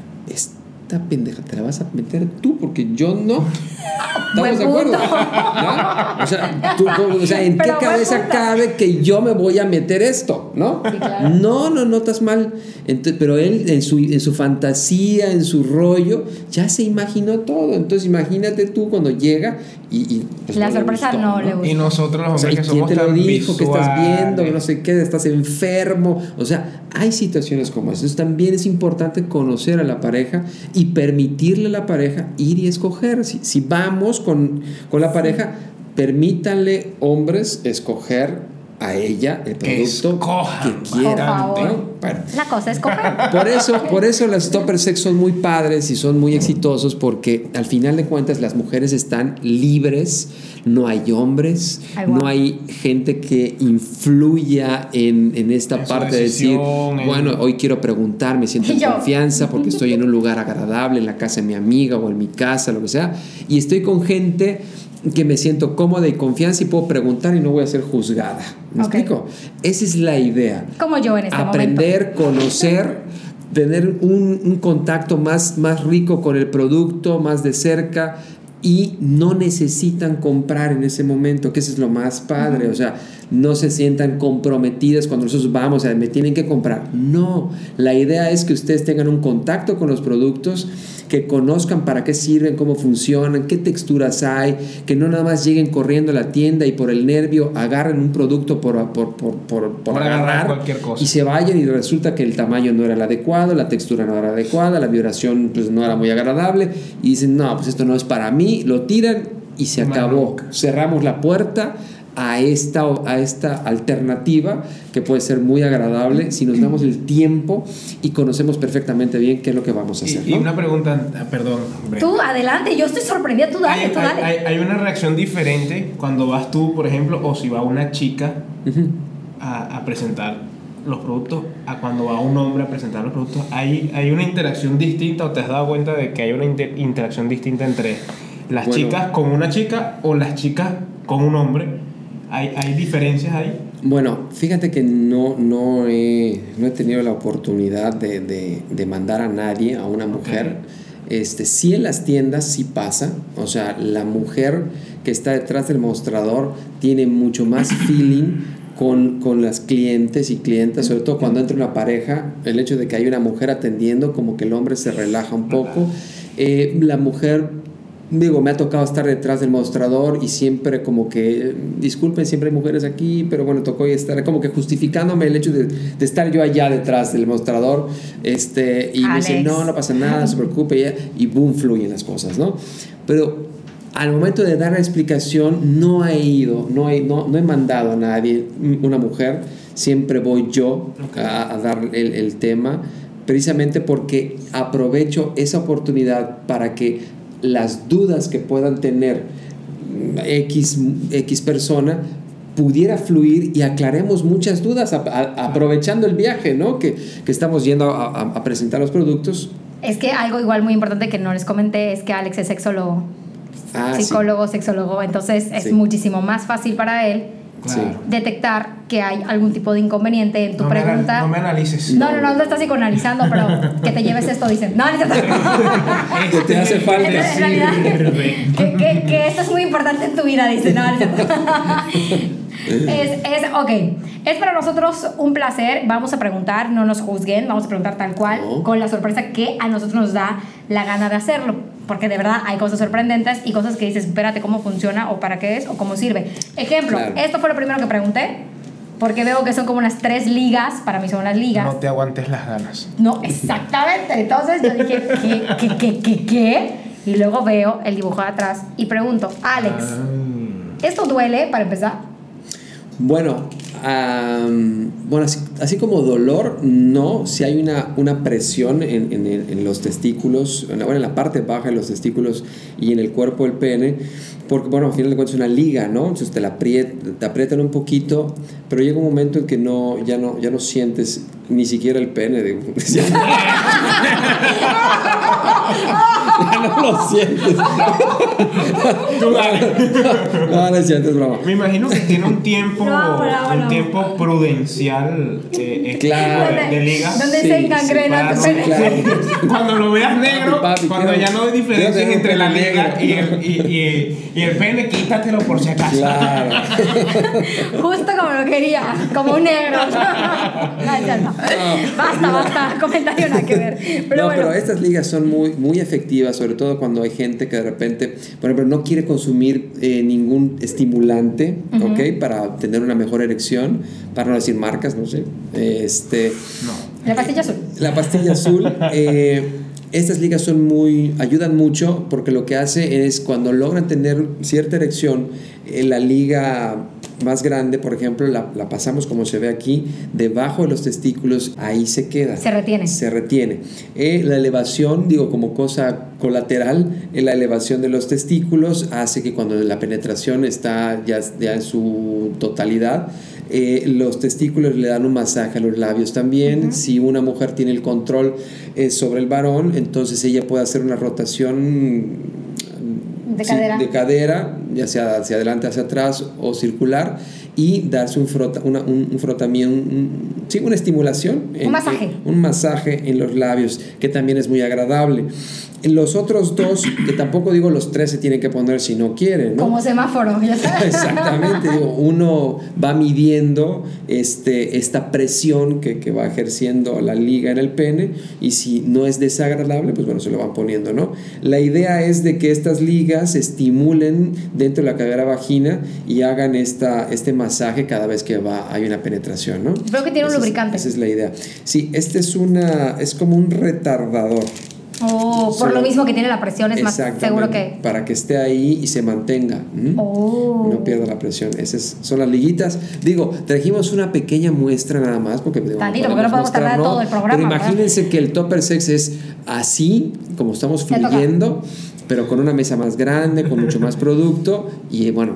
esta pendeja te la vas a meter tú, porque yo no. ¿Estamos de acuerdo? ¿No? O sea, ¿en qué cabeza cabe que yo me voy a meter esto? ¿No? Sí, claro. No, estás mal. Entonces, pero él en su fantasía, en su rollo, ya se imaginó todo. Entonces imagínate tú cuando llega y pues la sorpresa no le gusta. Y nosotros los hombres que somos ¿quién te lo dijo? visuales? Que estás viendo, que no sé qué, estás enfermo. O sea, hay situaciones como esas. Entonces también es importante conocer a la pareja y permitirle a la pareja ir y escoger. Si vamos con la pareja, permítanle, hombres, escoger a ella el producto que quieran. La cosa es coger. Por eso las Topper Sex son muy padres y son muy exitosos, porque al final de cuentas las mujeres están libres, no hay hombres, no hay gente que influya en esta parte de decir, bueno, hoy quiero preguntar, me siento en confianza porque estoy en un lugar agradable, en la casa de mi amiga o en mi casa, lo que sea, y estoy con gente que me siento cómoda y confianza y puedo preguntar y no voy a ser juzgada. ¿Me explico? Esa es la idea. Como yo en este Aprender, momento. conocer, tener un contacto más rico con el producto, más de cerca, y no necesitan comprar en ese momento, que eso es lo más padre. O sea, no se sientan comprometidas cuando nosotros vamos a me tienen que comprar. No, la idea es que ustedes tengan un contacto con los productos, que conozcan para qué sirven, cómo funcionan, qué texturas hay, que no nada más lleguen corriendo a la tienda y por el nervio agarren un producto por agarrar cualquier cosa y se vayan y resulta que el tamaño no era el adecuado, la textura no era adecuada, la vibración pues no era muy agradable y dicen, no, pues esto no es para mí, lo tiran y se acabó. Cerramos la puerta a esta alternativa que puede ser muy agradable si nos damos el tiempo y conocemos perfectamente bien qué es lo que vamos a hacer. Y una pregunta, perdón. Tú, adelante, yo estoy sorprendida, tú dale, Hay una reacción diferente cuando vas tú, por ejemplo, o si va una chica a presentar los productos a cuando va un hombre a presentar los productos? ¿Hay una interacción distinta o te has dado cuenta de que hay una interacción distinta entre las chicas con una chica o las chicas con un hombre? ¿Hay diferencias ahí? Bueno, fíjate que no he tenido la oportunidad de mandar a nadie, a una mujer. Sí, en las tiendas sí pasa. O sea, la mujer que está detrás del mostrador tiene mucho más feeling con las clientes y clientas, sobre todo cuando entra una pareja. El hecho de que hay una mujer atendiendo, como que el hombre se relaja un poco. La mujer, digo, me ha tocado estar detrás del mostrador y siempre como que, disculpen, siempre hay mujeres aquí, pero bueno, tocó estar como que justificándome el hecho de estar yo allá detrás del mostrador, y me dicen, no pasa nada, no se preocupe, y boom, fluyen las cosas, ¿no? Pero al momento de dar la explicación no he mandado a nadie, una mujer, siempre voy yo a dar el tema, precisamente porque aprovecho esa oportunidad para que las dudas que puedan tener X persona pudiera fluir y aclaremos muchas dudas aprovechando el viaje, ¿no? que estamos yendo a presentar los productos. Es que algo igual muy importante que no les comenté es que Alex es sexólogo, psicólogo, sexólogo, entonces es muchísimo más fácil para él detectar que hay algún tipo de inconveniente en tu pregunta. No me analices. No estás psicoanalizando, pero que te lleves esto, dicen. No, que te hace falta. Entonces, en realidad, que esto es muy importante en tu vida, dicen. No, ok. Es para nosotros un placer. Vamos a preguntar, no nos juzguen, vamos a preguntar tal cual, con la sorpresa que a nosotros nos da la gana de hacerlo. Porque de verdad hay cosas sorprendentes y cosas que dices, espérate, ¿cómo funciona? ¿O para qué es? ¿O cómo sirve? Ejemplo, esto fue lo primero que pregunté, porque veo que son como unas 3 ligas. Para mí son unas ligas. No te aguantes las ganas. No, exactamente. Entonces yo dije, ¿qué? Y luego veo el dibujo de atrás y pregunto, Alex, ¿esto duele para empezar? Bueno, así como dolor, no. Si hay una presión en los testículos, en la parte baja de los testículos y en el cuerpo del pene, porque bueno, al final de cuentas es una liga, ¿no? Entonces te aprietan un poquito, pero llega un momento en que ya no sientes ni siquiera el pene, ya no lo sientes. No sientes, broma. Me imagino que tiene un tiempo prudencial de liga. ¿Dónde se engangrena tu pene? Claro. Cuando lo veas negro, cuando ya no hay diferencia entre la liga y el pene, quítatelo por si acaso. Claro. Justo como lo quería, como un negro. Basta, comentario nada que ver. Pero estas ligas son muy efectivas, sobre todo cuando hay gente que de repente, por ejemplo, no quiere consumir ningún estimulante, para tener una mejor erección, para no decir marcas, no sé. La pastilla azul. La pastilla azul. Estas ligas ayudan mucho, porque lo que hace es, cuando logran tener cierta erección, la liga más grande, por ejemplo, la pasamos, como se ve aquí, debajo de los testículos, ahí se queda. Se retiene. La elevación, como cosa colateral, la elevación de los testículos hace que cuando la penetración está ya en su totalidad, los testículos le dan un masaje a los labios también. Si una mujer tiene el control sobre el varón, entonces ella puede hacer una rotación de cadera, ya sea hacia adelante, hacia atrás o circular, y darse un frotamiento, una estimulación, un masaje en los labios, que también es muy agradable. Los otros 2, que tampoco digo los 3 se tienen que poner si no quieren, ¿no? Como semáforo, ya sabes. Exactamente, uno va midiendo esta presión que va ejerciendo la liga en el pene, y si no es desagradable, pues bueno, se lo van poniendo, ¿no? La idea es de que estas ligas estimulen dentro de la cadera vagina y hagan este masaje cada vez que hay una penetración, ¿no? Creo que tiene un lubricante. Esa es la idea. Sí, es como un retardador. Por lo mismo que tiene la presión, es más seguro que... Para que esté ahí y se mantenga. No pierda la presión. Esas son las liguitas. Trajimos una pequeña muestra nada más, porque no podemos tardar todo el programa. Pero imagínense que el Topper Sex es así, como estamos fluyendo, pero con una mesa más grande, con mucho más producto, y bueno,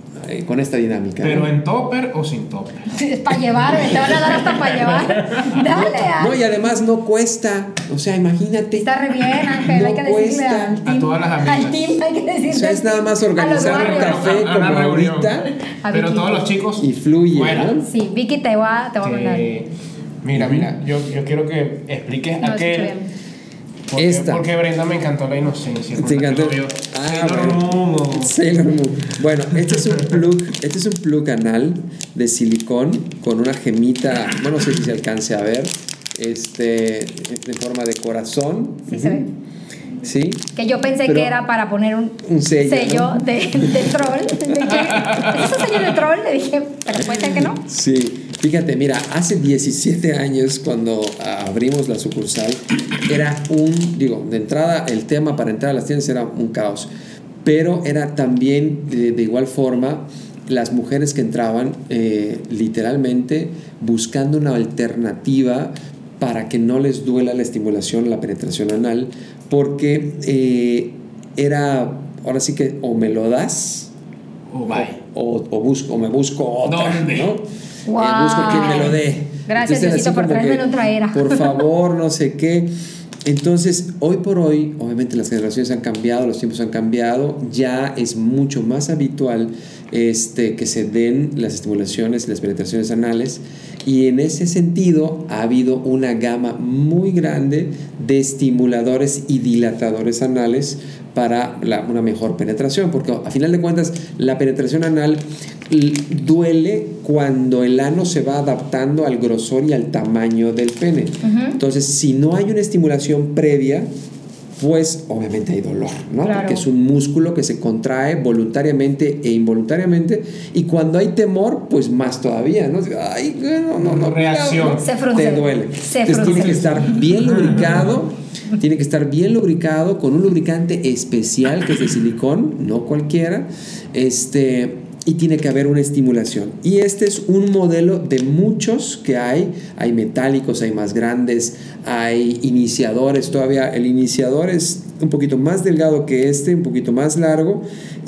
con esta dinámica. ¿Pero ¿no? en topper o sin topper? Es para llevar, te van a dar hasta para llevar. Dale, No, y además no cuesta. O sea, imagínate. Está re bien, Ángel, No hay que decirle cuesta. al team. A todas las amigas. Al team hay que decirle. O sea, es nada más a los organizar un barrios. café A como una reunión. ahorita A Pero Vicky. todos los chicos y fluye, fuera. ¿no? Sí, Vicky te va a mandar. Mira, yo quiero que expliques No, escucho aquel. bien. Porque Brenda me encantó la inocencia. ¿Te encantó? Bueno. Sailor Moon. Bueno, este es un plug anal de silicón con una gemita, bueno, no sé si se alcance a ver, en forma de corazón. Sí se ve. Sí. Que yo pensé Pero que era para poner un sello, ¿no? de troll. ¿Es un sello de troll? Le dije, pero puede ser que no. Sí, fíjate, mira, hace 17 años cuando abrimos la sucursal, era de entrada, el tema para entrar a las tiendas era un caos, pero era también de igual forma las mujeres que entraban literalmente buscando una alternativa para que no les duela la estimulación, la penetración anal, porque era, ahora sí que o me lo das o me busco otra, ¿dónde? ¿no? Wow. Busco quien me lo dé. Gracias, Entonces, Diosito, así por como traerme que, en otra era. por favor, no sé qué. Entonces, hoy por hoy, obviamente las generaciones han cambiado, los tiempos han cambiado, ya es mucho más habitual que se den las estimulaciones y las penetraciones anales, y en ese sentido ha habido una gama muy grande de estimuladores y dilatadores anales para una mejor penetración, porque a final de cuentas la penetración anal duele cuando el ano se va adaptando al grosor y al tamaño del pene. Entonces, si no hay una estimulación previa, pues obviamente hay dolor, ¿no? Claro. Porque es un músculo que se contrae voluntariamente e involuntariamente, y cuando hay temor, pues más todavía, ¿no? Ay, no, reacción. Se frunce. te duele. Se Entonces frunce. tiene que estar bien lubricado, con un lubricante especial que es de silicón, no cualquiera, y tiene que haber una estimulación. Y este es un modelo de muchos que hay metálicos, hay más grandes, hay iniciadores. Todavía el iniciador es un poquito más delgado que un poquito más largo,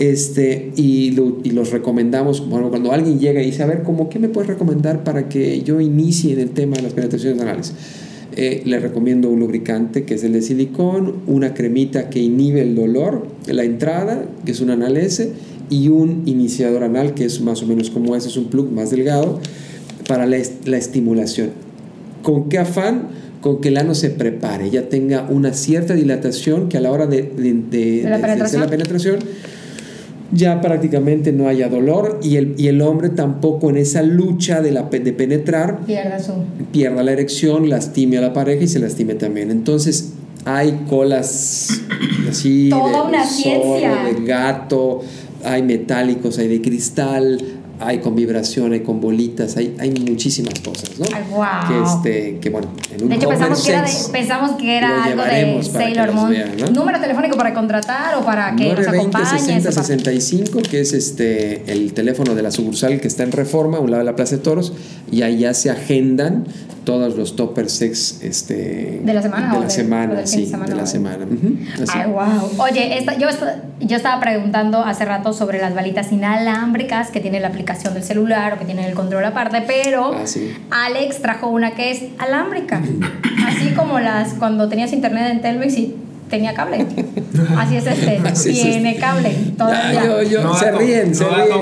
y los recomendamos. Bueno, cuando alguien llega y dice, a ver, ¿qué me puedes recomendar para que yo inicie en el tema de las penetraciones anales? Le recomiendo un lubricante que es el de silicón, una cremita que inhibe el dolor, la entrada, que es un analese, y un iniciador anal que es más o menos como ese, es un plug más delgado para la estimulación. ¿Con qué afán? Con que el ano se prepare, ya tenga una cierta dilatación, que a la hora de hacer la penetración ya prácticamente no haya dolor, y el hombre tampoco en esa lucha de penetrar pierda la erección, lastime a la pareja y se lastime también. Entonces hay colas así toda una zorro, ciencia, de gato, hay metálicos, hay de cristal, hay con vibración, hay con bolitas, hay muchísimas cosas, ¿no? Ay, wow. Que bueno, en un de hecho pensamos que era lo algo de llevaremos para que Sailor los Moon, vean, ¿no? Número telefónico para contratar o para que nos 920 acompañe 60 65, que es el teléfono de la sucursal que está en Reforma, a un lado de la Plaza de Toros, y ahí ya se agendan todos los topper sex de la semana, de la semana, sí, de la semana. Así. Ay, wow. Oye, yo estaba preguntando hace rato sobre las balitas inalámbricas que tiene la aplicación del celular o que tiene el control aparte, pero sí. Alex trajo una que es alámbrica, así como cuando tenías internet en Telmex y tenía cable. Así es tiene cable todavía. No, se ríen.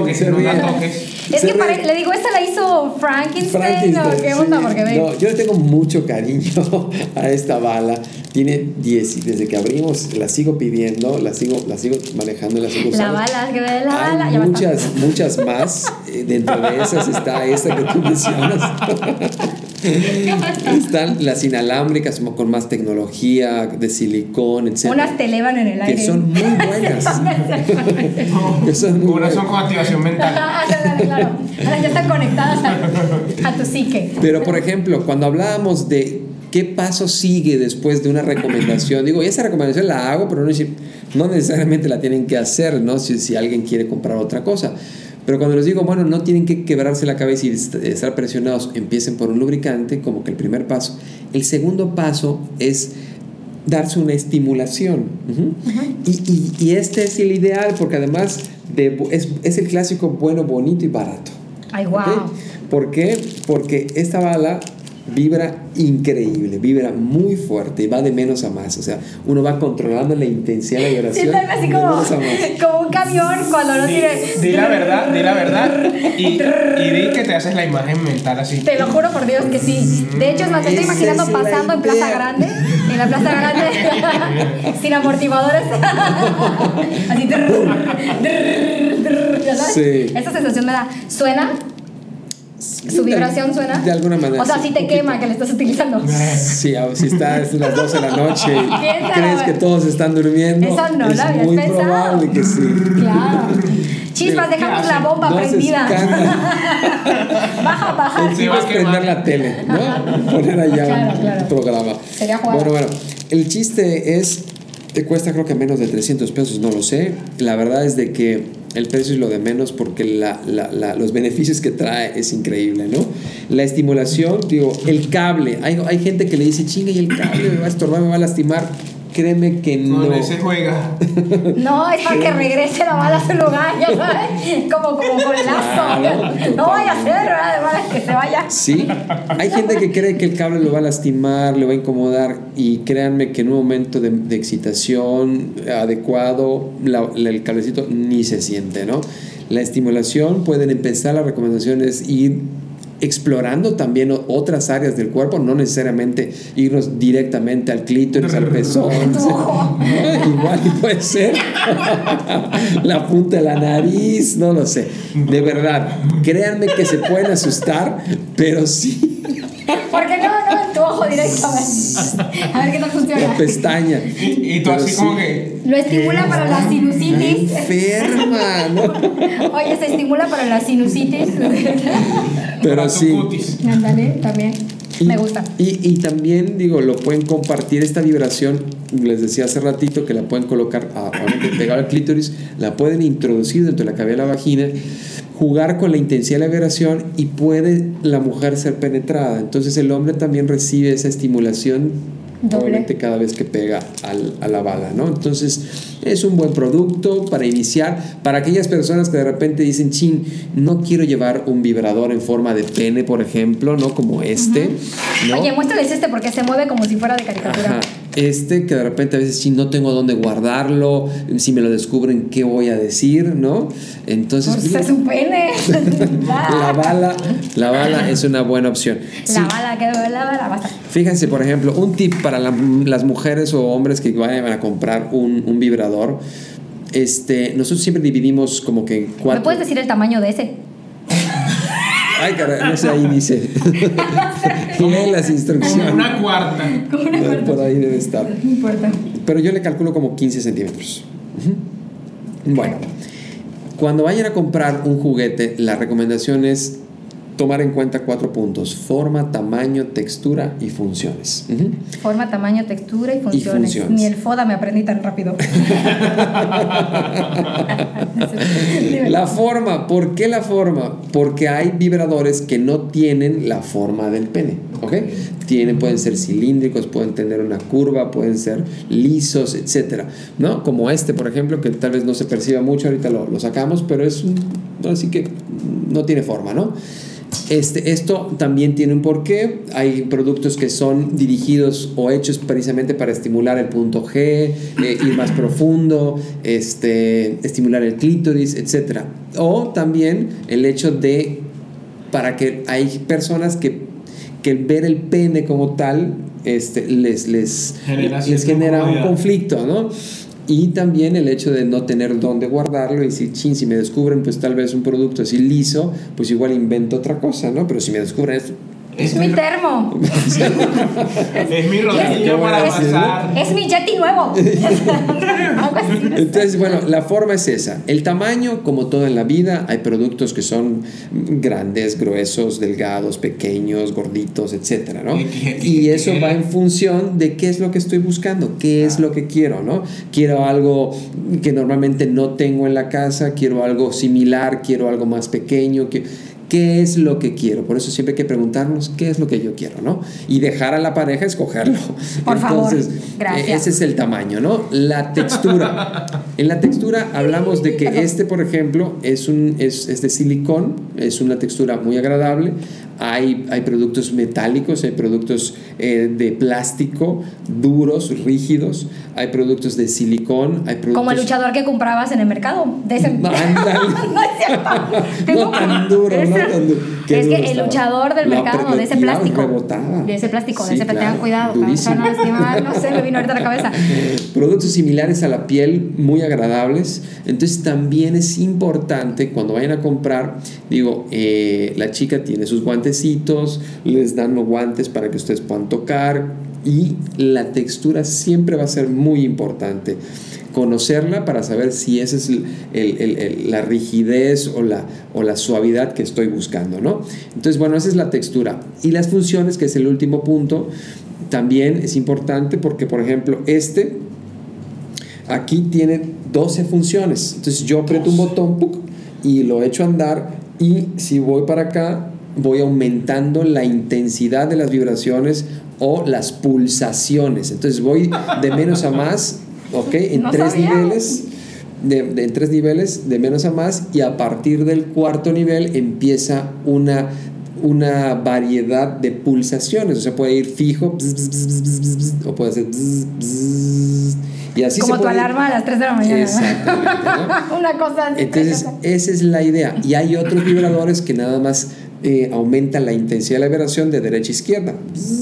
Es que le digo, esta la hizo Frankenstein, ¿o qué onda? Porque no, yo le tengo mucho cariño a esta bala. Tiene 10, y desde que abrimos la sigo pidiendo, la sigo manejando, la sigo usando. La bala, que ve la bala. Hay muchas más. Dentro de esas está esta que tú mencionas. Están las inalámbricas con más tecnología, de silicón, etc. Unas te elevan en el aire. Que son muy buenas. Unas son con activación mental. Claro. Ahora ya están conectadas a tu psique. Pero, por ejemplo, cuando hablábamos de qué paso sigue después de una recomendación, digo, esa recomendación la hago, pero no necesariamente la tienen que hacer, ¿no? Si alguien quiere comprar otra cosa. Pero cuando les digo, bueno, no tienen que quebrarse la cabeza y estar presionados, empiecen por un lubricante, como que el primer paso. El segundo paso es darse una estimulación. Y este es el ideal porque además es el clásico bueno, bonito y barato. Ay, wow. ¿Okay? ¿Por qué? Porque esta bala vibra increíble, vibra muy fuerte y va de menos a más. O sea, uno va controlando la intensidad de la vibración. Sí, así como un camión cuando no tiene. Di la verdad y di que te haces la imagen mental así. Te lo juro por Dios que sí. De hecho, me estoy imaginando pasando en Plaza Grande. En la Plaza Grande, sin amortiguadores. Así. Sí. Esa sensación me da. ¿Suena? ¿Su vibración suena? De alguna manera. O sea, si te quema que le estás utilizando. Sí, si estás a las 12 de la noche y crees que todos están durmiendo. Eso no lo habías muy pensado. Probable que sí. Claro. Chispas, dejamos la bomba prendida. Baja. Sí, vas a prender la tele, ¿no? Poner allá un programa. Sería jugar. Bueno, el chiste es, te cuesta creo que menos de 300 pesos, no lo sé. La verdad es de que el precio es lo de menos porque los beneficios que trae es increíble, ¿no? La estimulación, digo, el cable. Hay gente que le dice, chinga, y el cable me va a estorbar, me va a lastimar. Créeme que no. Con ese juega. No, es para que regrese la bala a su lugar, ya sabes. Como con el lazo. Claro, no vaya a ser, ¿verdad? De balas que se vaya. Sí, hay gente que cree que el cable lo va a lastimar, le va a incomodar. Y créanme que en un momento de excitación adecuado, el cablecito ni se siente, ¿no? La estimulación, pueden empezar, la recomendación es ir explorando también otras áreas del cuerpo, no necesariamente irnos directamente al clítoris, al pezón. No. Igual puede ser la punta de la nariz, no lo sé. De verdad, créanme que se pueden asustar, pero sí. Porque no en tu ojo directamente. A ver qué tal funciona. La pestaña. Y tú así como que. Lo estimula para la sinusitis. Enferma, ¿no? Oye, se estimula para la sinusitis. Pero sí. Ándale, también. Me gusta. Y también, digo, lo pueden compartir esta vibración. Les decía hace ratito que la pueden colocar pegada al clítoris, la pueden introducir dentro de la cavidad de la vagina, jugar con la intensidad de la vibración y puede la mujer ser penetrada. Entonces el hombre también recibe esa estimulación obviamente cada vez que pega a la bala, ¿no? Entonces es un buen producto para iniciar, para aquellas personas que de repente dicen, chin, no quiero llevar un vibrador en forma de pene, por ejemplo, ¿no? Como este, ¿no? Oye, muéstrales este porque se mueve como si fuera de caricatura. Ajá. Que de repente a veces, chin, no tengo dónde guardarlo, si me lo descubren, ¿qué voy a decir, no? Entonces pues es un pene. la bala es una buena opción. La bala basta. Fíjense, por ejemplo, un tip para las mujeres o hombres que vayan a comprar un vibrador. Nosotros siempre dividimos como que en 4. ¿Me puedes decir el tamaño de ese? Ay, caray, no sé, ahí dice. Lee las instrucciones. Como una cuarta. Por ahí debe estar. No importa. Pero yo le calculo como 15 centímetros. Bueno, cuando vayan a comprar un juguete, la recomendación es tomar en cuenta 4 puntos: forma, tamaño, textura y funciones. Forma, tamaño, textura y funciones. Ni el FODA me aprendí tan rápido. La forma. ¿Por qué la forma? Porque hay vibradores que no tienen la forma del pene, ¿ok? Pueden ser cilíndricos, pueden tener una curva, pueden ser lisos, etcétera, ¿no? Como por ejemplo, que tal vez no se perciba mucho, ahorita lo sacamos, pero así que no tiene forma, ¿no? Esto también tiene un porqué. Hay productos que son dirigidos o hechos precisamente para estimular el punto G, ir más profundo, estimular el clítoris, etc. O también el hecho para que hay personas que ver el pene como tal les genera un conflicto, ¿no? Y también el hecho de no tener dónde guardarlo y decir, chin, si me descubren pues tal vez un producto así liso, pues igual invento otra cosa, ¿no? Pero si me descubren esto, es mi termo. Es mi rodillo para pasar. Es mi Yeti nuevo. Entonces, bueno, la forma es esa. El tamaño, como todo en la vida, hay productos que son grandes, gruesos, delgados, pequeños, gorditos, etcétera, ¿no? Y eso va en función de qué es lo que estoy buscando, qué es lo que quiero, ¿no? Quiero algo que normalmente no tengo en la casa, quiero algo similar, quiero algo más pequeño, ¿qué es lo que quiero? Por eso siempre hay que preguntarnos qué es lo que yo quiero, ¿no? Y dejar a la pareja escogerlo. Por favor, Entonces, gracias. ese es el tamaño, ¿no? La textura. En la textura hablamos de que por ejemplo, es de silicón, es una textura muy agradable. Hay productos metálicos, hay productos de plástico, duros, rígidos, hay productos de silicón, hay productos... Como el luchador que comprabas en el mercado. De ese... No, no es cierto. no tan duro, no tan duro. Es que el luchador del mercado, de ese plástico. Rebotaba. De ese plástico, Sí, de ese claro, tengan cuidado. durísimo. No sé, me vino ahorita a la cabeza. Productos similares a la piel, muy agradables. Entonces también es importante cuando vayan a comprar, la chica tiene sus guantecitos, les dan los guantes para que ustedes puedan tocar, y la textura siempre va a ser muy importante. Conocerla para saber si esa es la rigidez o la suavidad que estoy buscando, ¿no? Entonces, bueno, esa es la textura. Y las funciones, que es el último punto, también es importante porque, por ejemplo, aquí tiene 12 funciones. Entonces yo aprieto un botón y lo echo a andar, y si voy para acá voy aumentando la intensidad de las vibraciones o las pulsaciones. Entonces voy de menos a más, ¿ok? En No tres sabía. niveles. En 3 niveles, de menos a más, y a partir del 4º nivel empieza una variedad de pulsaciones. O sea, puede ir fijo, bzz, bzz, bzz, bzz, bzz, o puede ser bzz, bzz, y así Como se tu puede ir. alarma a las 3 de la mañana. Exactamente, ¿no? Una cosa así. Entonces, preciosa. esa es la idea. Y hay otros vibradores que nada más aumentan la intensidad de la vibración de derecha a izquierda.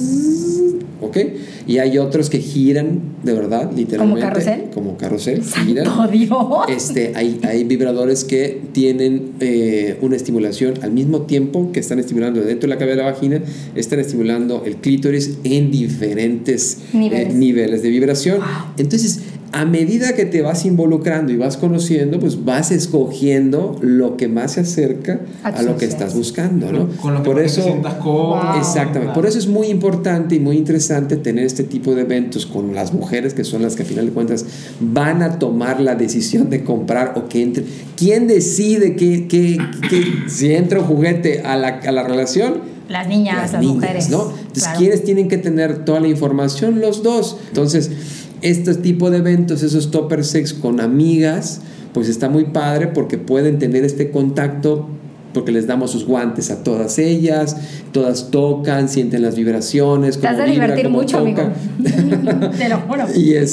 ¿Ok? Y hay otros que giran, de verdad, literalmente. ¿Como carrusel? Como carrusel, giran. ¡Oh, Dios! Hay vibradores que tienen una estimulación al mismo tiempo que están estimulando dentro de la cavidad de la vagina, están estimulando el clítoris en diferentes niveles de vibración. Wow. Entonces, a medida que te vas involucrando y vas conociendo, pues vas escogiendo lo que más se acerca a lo que estás buscando, ¿no? Con lo que por te eso, sientas cómodo. Wow. exactamente. Claro. Por eso es muy importante y muy interesante tener este tipo de eventos con las mujeres, que son las que a final de cuentas van a tomar la decisión de comprar o que entre. ¿Quién decide que si entra un juguete a la relación? Las niñas, las mujeres. ¿No? Entonces, Claro. ¿quiénes tienen que tener toda la información? Los dos. Entonces, este tipo de eventos, esos topper sex con amigas, pues está muy padre porque pueden tener este contacto, porque les damos sus guantes a todas ellas, todas tocan, sienten las vibraciones. Te has de divertir mucho, toca. Amigo. Te lo juro.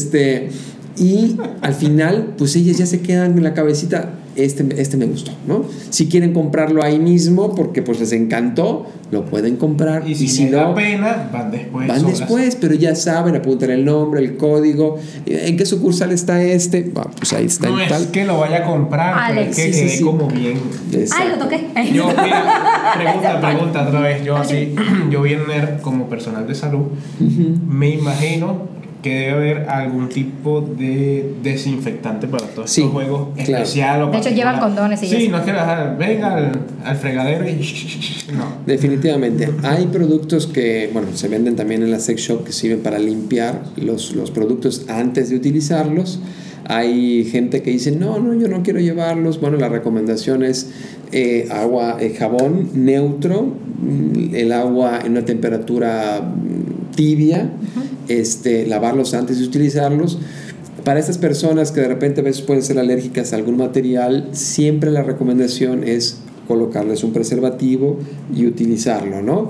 Y al final, pues ellas ya se quedan en la cabecita, este me gustó, ¿no? Si quieren comprarlo ahí mismo porque pues les encantó, lo pueden comprar. Y si no, da pena, van después. Pero ya saben, apuntan el nombre, el código. ¿En qué sucursal está este? Pues ahí está. No es que lo vaya a comprar, Alex. pero es que quede como bien. Exacto. Ay, lo toqué. Yo, mira, pregunta otra vez. Yo vi en NER como personal de salud. Me imagino que debe haber algún tipo de desinfectante para todos estos juegos especial o de hecho llevan condones y sí, no es que venga al fregadero y no. Definitivamente. Hay productos que, se venden también en la sex shop que sirven para limpiar los productos antes de utilizarlos. Hay gente que dice, no, yo no quiero llevarlos. Bueno, la recomendación es jabón neutro, el agua en una temperatura tibia, lavarlos antes de utilizarlos. Para estas personas que de repente a veces pueden ser alérgicas a algún material, siempre la recomendación es colocarles un preservativo y utilizarlo, ¿no?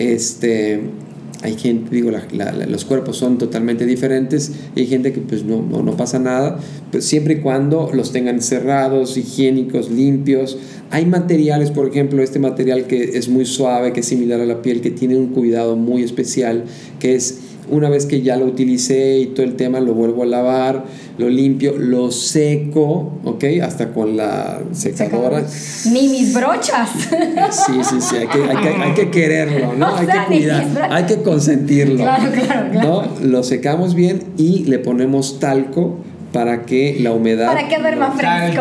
Hay gente, los cuerpos son totalmente diferentes y hay gente que pues no pasa nada, pero siempre y cuando los tengan cerrados, higiénicos, limpios. Hay materiales, por ejemplo, este material que es muy suave, que es similar a la piel, que tiene un cuidado muy especial, que es una vez que ya lo utilicé y todo el tema, lo vuelvo a lavar, lo limpio, lo seco, ¿ok? Hasta con la secadora. Ni mis brochas. Sí, hay que quererlo, ¿no? Hay que cuidar, hay que consentirlo. Claro. ¿No? Lo secamos bien y le ponemos talco para que la humedad... Para que duerma fresco.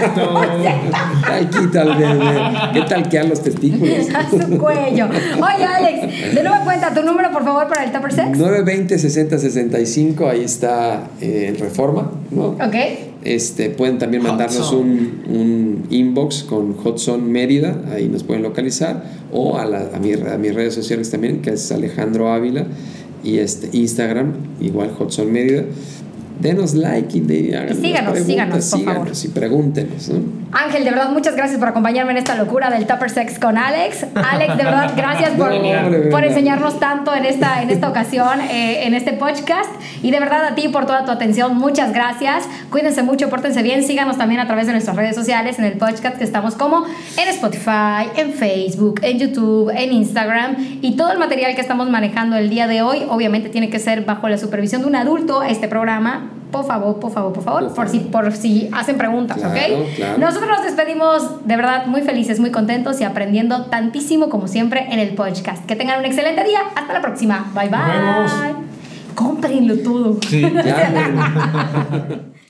Talquito al bebé. ¿Qué talquear los testículos? A su cuello. Oye, Alex, de nueva cuenta, tu número, por favor, para el Topper Sex. 920-6065, ahí está en Reforma, ¿no? Ok. Pueden también mandarnos un inbox con Hot Zone Mérida, ahí nos pueden localizar, o a mis redes sociales también, que es Alejandro Ávila, y Instagram, igual Hot Zone Mérida. Denos like y síganos, por favor. Y pregúntenos, ¿no? Ángel, de verdad, muchas gracias por acompañarme en esta locura del Tupper Sex con Alex. Alex, de verdad, gracias por enseñarnos tanto en esta ocasión, en este podcast. Y de verdad a ti por toda tu atención, muchas gracias. Cuídense mucho, pórtense bien. Síganos también a través de nuestras redes sociales, en el podcast que estamos como en Spotify, en Facebook, en YouTube, en Instagram. Y todo el material que estamos manejando el día de hoy, obviamente tiene que ser bajo la supervisión de un adulto, este programa. Por favor, por si hacen preguntas, claro, ¿ok? Claro. Nosotros nos despedimos de verdad muy felices, muy contentos y aprendiendo tantísimo como siempre en el podcast. Que tengan un excelente día. Hasta la próxima. Bye, bye. Cómprenlo todo. Sí. Ya,